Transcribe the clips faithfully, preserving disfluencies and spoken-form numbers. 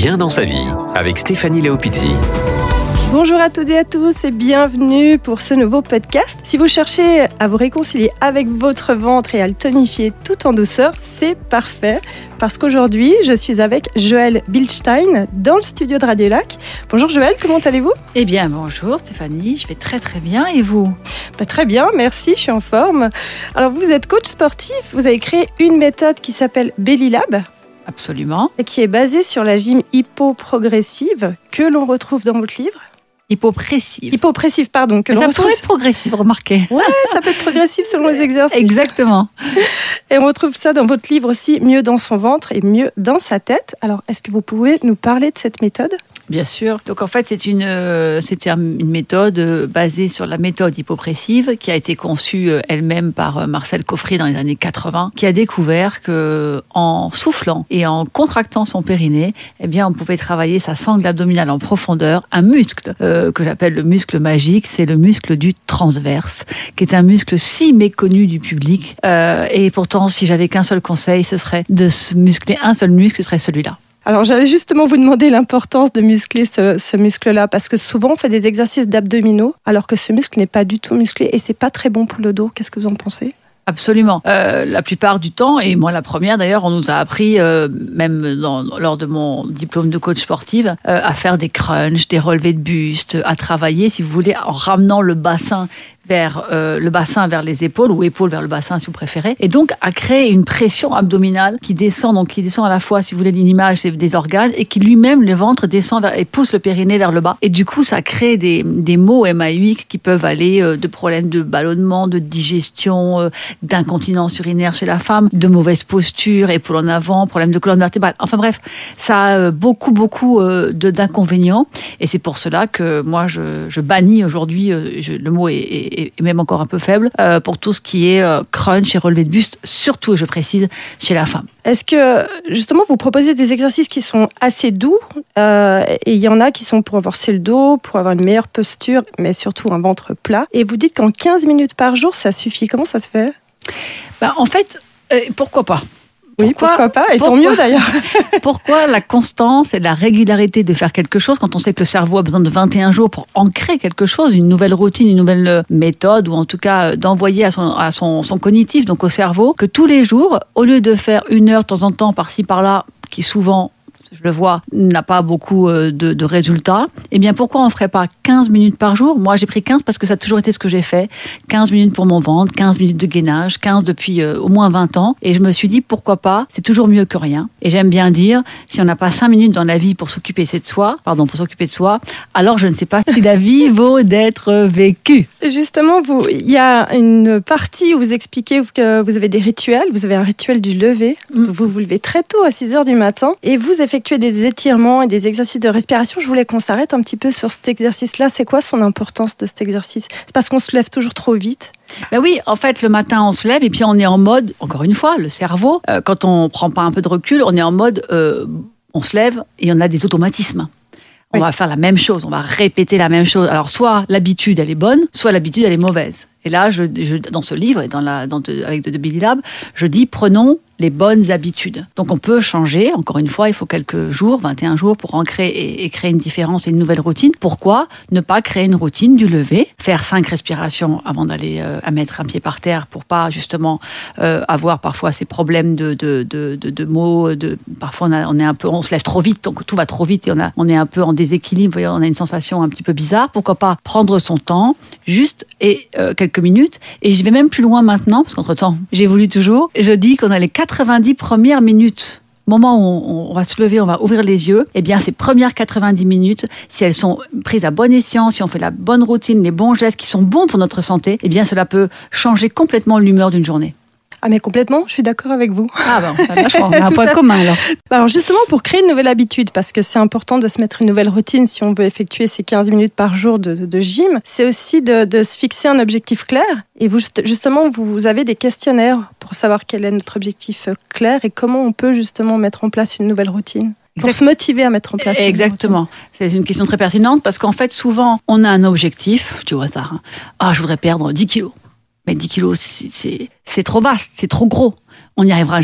Bien dans sa vie, avec Stéphanie Leopizzi. Bonjour à toutes et à tous et bienvenue pour ce nouveau podcast. Si vous cherchez à vous réconcilier avec votre ventre et à le tonifier tout en douceur, c'est parfait. Parce qu'aujourd'hui, je suis avec Joëlle Bilstein dans le studio de Radio Lac. Bonjour Joëlle, comment allez-vous ? Eh bien, bonjour Stéphanie, je vais très très bien et vous ? Bah, très bien, merci, je suis en forme. Alors vous êtes coach sportif, vous avez créé une méthode qui s'appelle Belly Lab. Absolument. Et qui est basée sur la gym hypoprogressive que l'on retrouve dans votre livre. Hypopressive. Hypopressive, pardon. Que Mais l'on ça retrouve... pourrait être progressif, remarquez. Ouais, ça peut être progressif selon les exercices. Exactement. Et on retrouve ça dans votre livre aussi, Mieux dans son ventre et mieux dans sa tête. Alors, est-ce que vous pouvez nous parler de cette méthode ? Bien sûr. Donc en fait, c'est une, euh, c'est une méthode euh, basée sur la méthode hypopressive qui a été conçue euh, elle-même par euh, Marcel Cauffry dans les années quatre-vingts, qui a découvert que en soufflant et en contractant son périnée, eh bien, on pouvait travailler sa sangle abdominale en profondeur, un muscle euh, que j'appelle le muscle magique, c'est le muscle du transverse, qui est un muscle si méconnu du public. Euh, et pourtant, si j'avais qu'un seul conseil, ce serait de se muscler un seul muscle, ce serait celui-là. Alors, j'allais justement vous demander l'importance de muscler ce, ce muscle-là, parce que souvent, on fait des exercices d'abdominaux, alors que ce muscle n'est pas du tout musclé et c'est pas très bon pour le dos. Qu'est-ce que vous en pensez ? Absolument. Euh, la plupart du temps, et moi la première d'ailleurs, on nous a appris, euh, même dans, lors de mon diplôme de coach sportive, euh, à faire des crunchs, des relevés de buste, à travailler, si vous voulez, en ramenant le bassin vers euh, le bassin vers les épaules ou épaules vers le bassin si vous préférez, et donc à créer une pression abdominale qui descend, donc qui descend à la fois, si vous voulez, l'image des organes et qui lui-même, le ventre, descend vers, et pousse le périnée vers le bas. Et du coup, ça crée des, des maux M A U X qui peuvent aller euh, de problèmes de ballonnement, de digestion, euh, d'incontinence urinaire chez la femme, de mauvaise posture, épaules en avant, problème de colonne vertébrale. Enfin bref, ça a euh, beaucoup, beaucoup euh, de, d'inconvénients. Et c'est pour cela que moi, je, je bannis aujourd'hui, euh, je, le mot est, est et même encore un peu faible, euh, pour tout ce qui est euh, crunch et relevé de buste, surtout, je précise, chez la femme. Est-ce que, justement, vous proposez des exercices qui sont assez doux, euh, et il y en a qui sont pour renforcer le dos, pour avoir une meilleure posture, mais surtout un ventre plat, et vous dites qu'en quinze minutes par jour, ça suffit. Comment ça se fait ? Ben, en fait, euh, pourquoi pas ? Oui, pourquoi, pourquoi pas, et pourquoi, tant mieux d'ailleurs. Pourquoi la constance et la régularité de faire quelque chose quand on sait que le cerveau a besoin de vingt et un jours pour ancrer quelque chose, une nouvelle routine, une nouvelle méthode, ou en tout cas d'envoyer à son, à son, son cognitif, donc au cerveau, que tous les jours, au lieu de faire une heure de temps en temps, par-ci, par-là, qui souvent, je le vois, n'a pas beaucoup de, de résultats, eh bien pourquoi on ne ferait pas quinze minutes par jour ? Moi j'ai pris quinze parce que ça a toujours été ce que j'ai fait, quinze minutes pour mon ventre, quinze minutes de gainage, quinze depuis euh, au moins vingt ans, et je me suis dit pourquoi pas, c'est toujours mieux que rien. Et j'aime bien dire, si on n'a pas cinq minutes dans la vie pour s'occuper de soi, pardon, pour s'occuper de soi, alors je ne sais pas si la vie vaut d'être vécue. Justement, vous, il y a une partie où vous expliquez que vous avez des rituels, vous avez un rituel du lever, mmh. vous vous levez très tôt à six heures du matin, et vous effectuez des étirements et des exercices de respiration. Je voulais qu'on s'arrête un petit peu sur cet exercice-là. C'est quoi son importance de cet exercice ? C'est parce qu'on se lève toujours trop vite ? Ben oui, en fait, le matin, on se lève et puis on est en mode, encore une fois, le cerveau, euh, quand on prend pas un peu de recul, on est en mode, euh, on se lève et on a des automatismes. On oui. va faire la même chose, on va répéter la même chose. Alors, soit l'habitude, elle est bonne, soit l'habitude, elle est mauvaise. Et là, je, je, dans ce livre, et dans la, dans de, avec de, de Belly Lab, je dis, prenons les bonnes habitudes. Donc on peut changer, encore une fois, il faut quelques jours, vingt et un jours, pour ancrer et, et créer une différence et une nouvelle routine. Pourquoi ne pas créer une routine du lever, faire cinq respirations avant d'aller euh, à mettre un pied par terre pour pas justement euh, avoir parfois ces problèmes de, de, de, de, de mots, de, parfois on, a, on, est un peu, on se lève trop vite, donc tout va trop vite et on, a, on est un peu en déséquilibre, on a une sensation un petit peu bizarre. Pourquoi pas prendre son temps, juste et euh, quelques minutes, et je vais même plus loin maintenant, parce qu'entre-temps, j'évolue toujours, je dis qu'on a les quatre-vingt-dix premières minutes, moment où on va se lever, on va ouvrir les yeux, eh bien ces premières quatre-vingt-dix minutes, si elles sont prises à bon escient, si on fait la bonne routine, les bons gestes qui sont bons pour notre santé, eh bien cela peut changer complètement l'humeur d'une journée. Ah mais complètement, je suis d'accord avec vous. Ah bon, vachement, on a un point commun alors. Alors justement, pour créer une nouvelle habitude, parce que c'est important de se mettre une nouvelle routine si on veut effectuer ces quinze minutes par jour de, de, de gym, c'est aussi de, de se fixer un objectif clair. Et vous, justement, vous avez des questionnaires pour savoir quel est notre objectif clair et comment on peut justement mettre en place une nouvelle routine. Pour Exact. se motiver à mettre en place. Exactement. C'est une question très pertinente parce qu'en fait, souvent, on a un objectif, je dis au hasard, hein. Ah, je voudrais perdre dix kilos. Mais dix kilos, c'est, c'est, c'est trop vaste, c'est trop gros. On n'y arrivera jamais.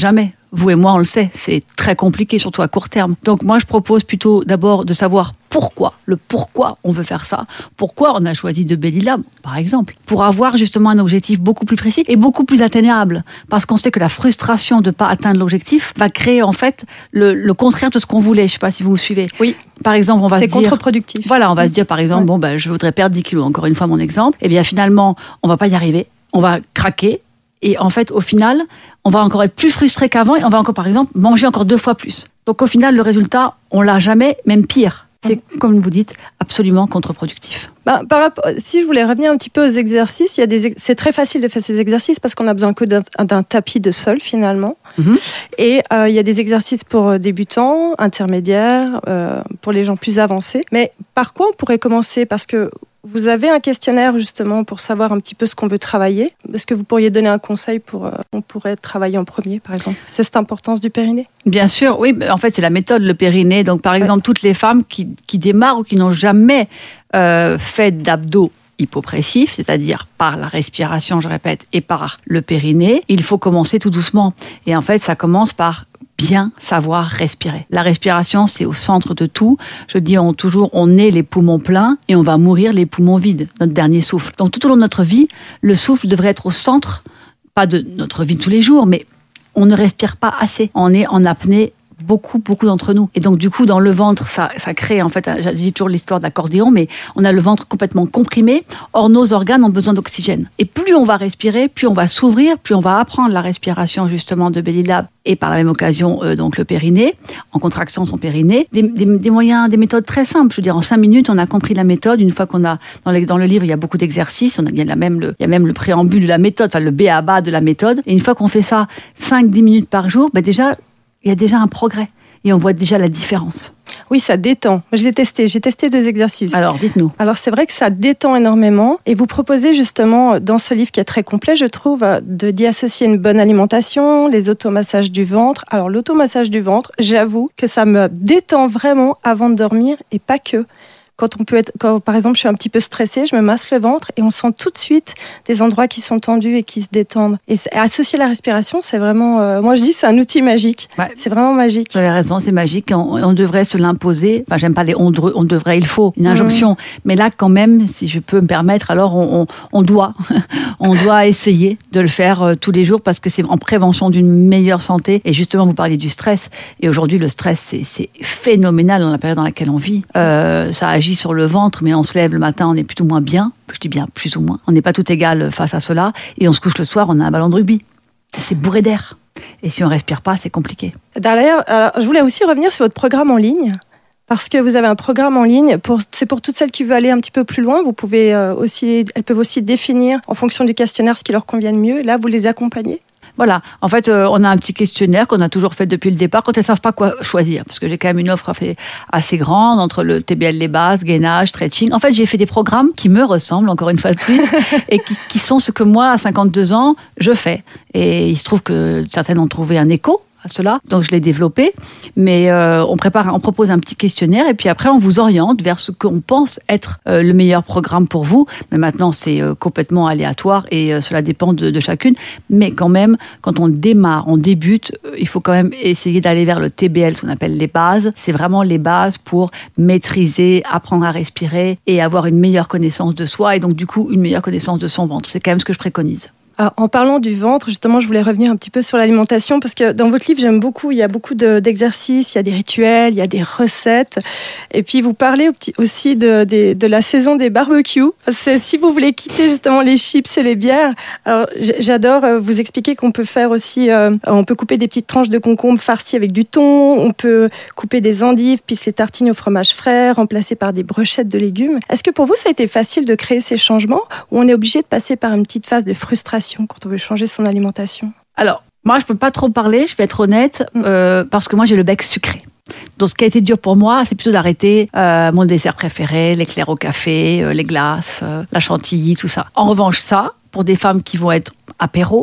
Vous et moi, on le sait, c'est très compliqué, surtout à court terme. Donc moi, je propose plutôt d'abord de savoir pourquoi, le pourquoi on veut faire ça, pourquoi on a choisi de Bellilab, par exemple, pour avoir justement un objectif beaucoup plus précis et beaucoup plus atteignable. Parce qu'on sait que la frustration de ne pas atteindre l'objectif va créer en fait le, le contraire de ce qu'on voulait. Je ne sais pas si vous me suivez. Oui. Par exemple, on va c'est se dire... C'est contre-productif. Voilà, on va se dire par exemple, ouais. bon, ben, je voudrais perdre dix kilos, encore une fois mon exemple. Eh bien finalement, on ne va pas y arriver, on va craquer. Et en fait, au final, on va encore être plus frustré qu'avant et on va encore, par exemple, manger encore deux fois plus. Donc au final, le résultat, on l'a jamais, même pire. C'est, comme vous dites, absolument contre-productif. Bah, par rapport, si je voulais revenir un petit peu aux exercices, il y a des, c'est très facile de faire ces exercices parce qu'on a besoin que d'un, d'un tapis de sol finalement. Mm-hmm. Et euh, il y a des exercices pour débutants, intermédiaires, euh, pour les gens plus avancés. Mais par quoi on pourrait commencer ? Parce que vous avez un questionnaire justement pour savoir un petit peu ce qu'on veut travailler. Est-ce que vous pourriez donner un conseil pour euh, on pourrait travailler en premier, par exemple ? C'est cette importance du périnée ? Bien sûr, oui. En fait, c'est la méthode, le périnée. Donc, par exemple, ouais. toutes les femmes qui, qui démarrent ou qui n'ont jamais euh, fait d'abdos hypopressifs, c'est-à-dire par la respiration, je répète, et par le périnée, il faut commencer tout doucement. Et en fait, ça commence par bien savoir respirer. La respiration, c'est au centre de tout. Je dis on, toujours, on est les poumons pleins et on va mourir les poumons vides, notre dernier souffle. Donc tout au long de notre vie, le souffle devrait être au centre, pas de notre vie de tous les jours, mais on ne respire pas assez. On est en apnée, beaucoup, beaucoup d'entre nous. Et donc, du coup, dans le ventre, ça, ça crée, en fait, je dis toujours l'histoire d'accordéon, mais on a le ventre complètement comprimé. Or, nos organes ont besoin d'oxygène. Et plus on va respirer, plus on va s'ouvrir, plus on va apprendre la respiration, justement, de Bellilab et par la même occasion, euh, donc, le périnée, en contractant son périnée. Des, des, des moyens, des méthodes très simples. Je veux dire, en cinq minutes, on a compris la méthode. Une fois qu'on a, dans, les, dans le livre, il y a beaucoup d'exercices. On a, il y a même le, il y a même le préambule de la méthode, enfin, le B A B A de la méthode. Et une fois qu'on fait ça cinq à dix minutes par jour, ben déjà, il y a déjà un progrès et on voit déjà la différence. Oui, ça détend. Je l'ai testé. J'ai testé deux exercices. Alors, dites-nous. Alors, c'est vrai que ça détend énormément. Et vous proposez justement, dans ce livre qui est très complet, je trouve, de d'y associer une bonne alimentation, les automassages du ventre. Alors, l'automassage du ventre, j'avoue que ça me détend vraiment avant de dormir et pas que. Quand on peut être, quand, par exemple, je suis un petit peu stressée, je me masse le ventre et on sent tout de suite des endroits qui sont tendus et qui se détendent. Et associer la respiration, c'est vraiment, euh, moi je dis, c'est un outil magique. Ouais. C'est vraiment magique. Vous avez raison, c'est magique. On, on devrait se l'imposer. Enfin, j'aime pas les on, on devrait, il faut une injonction. Mmh. Mais là, quand même, si je peux me permettre, alors on, on, on doit, on doit essayer de le faire euh, tous les jours parce que c'est en prévention d'une meilleure santé. Et justement, vous parliez du stress. Et aujourd'hui, le stress, c'est, c'est phénoménal dans la période dans laquelle on vit. Euh, ça agit sur le ventre, mais on se lève le matin, on est plutôt moins bien. Je dis bien plus ou moins. On n'est pas tout égal face à cela. Et on se couche le soir, on a un ballon de rugby. C'est bourré d'air. Et si on ne respire pas, c'est compliqué. D'ailleurs, alors, je voulais aussi revenir sur votre programme en ligne. Parce que vous avez un programme en ligne, pour, c'est pour toutes celles qui veulent aller un petit peu plus loin. Vous pouvez euh, aussi, elles peuvent aussi définir en fonction du questionnaire ce qui leur convient le mieux. Là, vous les accompagnez. Voilà, en fait, euh, on a un petit questionnaire qu'on a toujours fait depuis le départ quand elles ne savent pas quoi choisir. Parce que j'ai quand même une offre assez grande entre le T B L les bases, gainage, stretching. En fait, j'ai fait des programmes qui me ressemblent, encore une fois de plus, et qui, qui sont ce que moi, à cinquante-deux ans, je fais. Et il se trouve que certaines ont trouvé un écho à cela, donc je l'ai développé, mais euh, on prépare, on propose un petit questionnaire et puis après on vous oriente vers ce qu'on pense être euh, le meilleur programme pour vous, mais maintenant c'est euh, complètement aléatoire et euh, cela dépend de, de chacune, mais quand même, quand on démarre, on débute, euh, il faut quand même essayer d'aller vers le T B L, ce qu'on appelle les bases, c'est vraiment les bases pour maîtriser, apprendre à respirer et avoir une meilleure connaissance de soi et donc du coup une meilleure connaissance de son ventre, c'est quand même ce que je préconise. Alors, en parlant du ventre, justement, je voulais revenir un petit peu sur l'alimentation parce que dans votre livre, j'aime beaucoup, il y a beaucoup de, d'exercices, il y a des rituels, il y a des recettes. Et puis, vous parlez aussi de, de, de la saison des barbecues. C'est, si vous voulez quitter justement les chips et les bières, alors, j'adore vous expliquer qu'on peut faire aussi, euh, on peut couper des petites tranches de concombre farcies avec du thon, on peut couper des endives, puis ces tartines au fromage frais, remplacées par des brochettes de légumes. Est-ce que pour vous, ça a été facile de créer ces changements ou on est obligé de passer par une petite phase de frustration quand on veut changer son alimentation? Alors, moi, je ne peux pas trop parler, je vais être honnête, euh, parce que moi, j'ai le bec sucré. Donc, ce qui a été dur pour moi, c'est plutôt d'arrêter euh, mon dessert préféré, l'éclair au café, euh, les glaces, euh, la chantilly, tout ça. En revanche, ça, pour des femmes qui vont être apéro,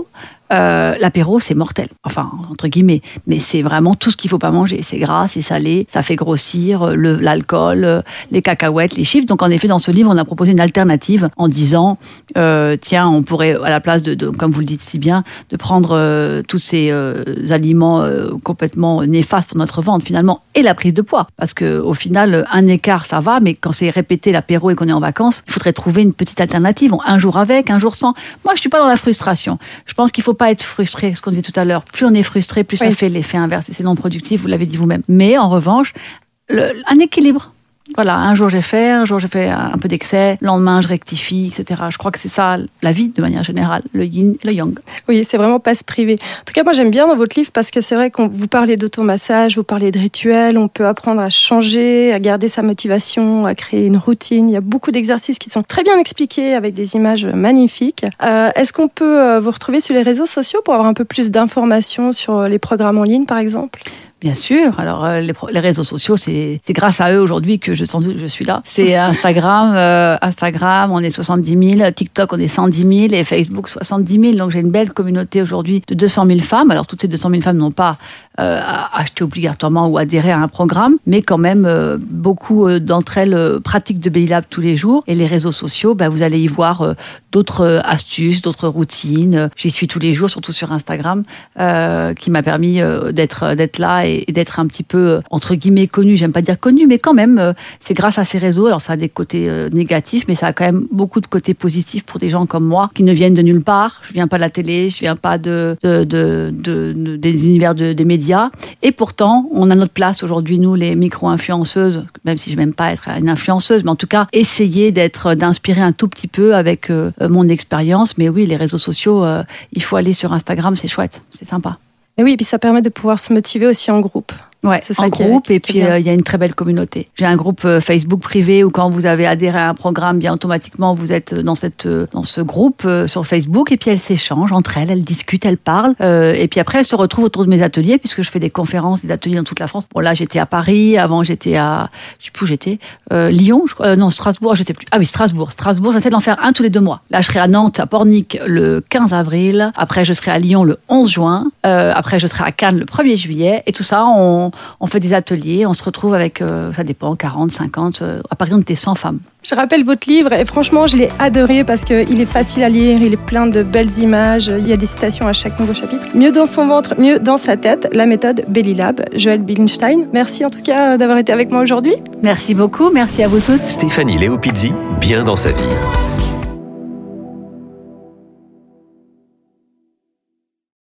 euh, l'apéro, c'est mortel. Enfin, entre guillemets. Mais c'est vraiment tout ce qu'il ne faut pas manger. C'est gras, c'est salé, ça fait grossir, le, l'alcool, les cacahuètes, les chips. Donc, en effet, dans ce livre, on a proposé une alternative en disant, euh, tiens, on pourrait, à la place de, de, comme vous le dites si bien, de prendre euh, tous ces euh, aliments euh, complètement néfastes pour notre ventre, finalement, et la prise de poids. Parce qu'au final, un écart, ça va, mais quand c'est répété l'apéro et qu'on est en vacances, il faudrait trouver une petite alternative. Un jour avec, un jour sans. Moi, je ne suis pas dans la frustration. Je pense qu'il ne faut pas être frustré, ce qu'on disait tout à l'heure. Plus on est frustré, plus oui. ça fait l'effet inverse. Et c'est non productif, vous l'avez dit vous-même. Mais en revanche, le, un équilibre. Voilà, un jour j'ai fait, un jour j'ai fait un peu d'excès, le lendemain je rectifie, et cetera. Je crois que c'est ça la vie de manière générale, le yin et le yang. Oui, c'est vraiment pas se priver. En tout cas, moi j'aime bien dans votre livre parce que c'est vrai qu'on vous parlez d'automassage, vous parlez de rituels, on peut apprendre à changer, à garder sa motivation, à créer une routine. Il y a beaucoup d'exercices qui sont très bien expliqués avec des images magnifiques. Euh, est-ce qu'on peut vous retrouver sur les réseaux sociaux pour avoir un peu plus d'informations sur les programmes en ligne, par exemple ? Bien sûr. Alors, euh, les, les réseaux sociaux, c'est, c'est grâce à eux aujourd'hui que je, sans doute, je suis là. C'est Instagram, euh, Instagram, on est soixante-dix mille, TikTok, on est cent dix mille et Facebook, soixante-dix mille. Donc, j'ai une belle communauté aujourd'hui de deux cent mille femmes. Alors, toutes ces deux cent mille femmes n'ont pas euh, acheté obligatoirement ou adhéré à un programme, mais quand même, euh, beaucoup d'entre elles euh, pratiquent de Belly Lab tous les jours. Et les réseaux sociaux, ben, vous allez y voir euh, d'autres euh, astuces, d'autres routines. J'y suis tous les jours, surtout sur Instagram, euh, qui m'a permis euh, d'être, d'être là et d'être un petit peu, entre guillemets, connu. J'aime pas dire connu, mais quand même, c'est grâce à ces réseaux. Alors, ça a des côtés négatifs, mais ça a quand même beaucoup de côtés positifs pour des gens comme moi, qui ne viennent de nulle part. Je viens pas de la télé, je viens pas de, de, de, de, de des univers de, des médias. Et pourtant, on a notre place aujourd'hui, nous, les micro-influenceuses, même si je n'aime pas être une influenceuse, mais en tout cas, essayer d'être, d'inspirer un tout petit peu avec euh, mon expérience. Mais oui, les réseaux sociaux, euh, il faut aller sur Instagram, c'est chouette, c'est sympa. Et oui, et puis ça permet de pouvoir se motiver aussi en groupe. Ouais, c'est ça en groupe, est, et puis il euh, y a une très belle communauté. J'ai un groupe euh, Facebook privé où quand vous avez adhéré à un programme, bien automatiquement vous êtes dans cette euh, dans ce groupe euh, sur Facebook, et puis elles s'échangent entre elles, elles discutent, elles parlent, euh, et puis après elles se retrouvent autour de mes ateliers puisque je fais des conférences, des ateliers dans toute la France. Bon là j'étais à Paris, avant j'étais à, je sais plus où j'étais, euh, Lyon, je crois, euh, non Strasbourg, j'étais plus. Ah oui Strasbourg, Strasbourg, j'essaie d'en faire un tous les deux mois. Là je serai à Nantes, à Pornic le quinze avril, après je serai à Lyon le onze juin, euh, après je serai à Cannes le premier juillet, et tout ça on on fait des ateliers. On se retrouve avec, euh, ça dépend, quarante, cinquante. Euh, à Paris, on était cent femmes. Je rappelle votre livre et franchement, je l'ai adoré parce qu'il est facile à lire, il est plein de belles images, il y a des citations à chaque nouveau chapitre. Mieux dans son ventre, mieux dans sa tête, la méthode Belly Lab. Joëlle Billenstein, merci en tout cas d'avoir été avec moi aujourd'hui. Merci beaucoup, merci à vous toutes. Stéphanie Léopizzi, bien dans sa vie.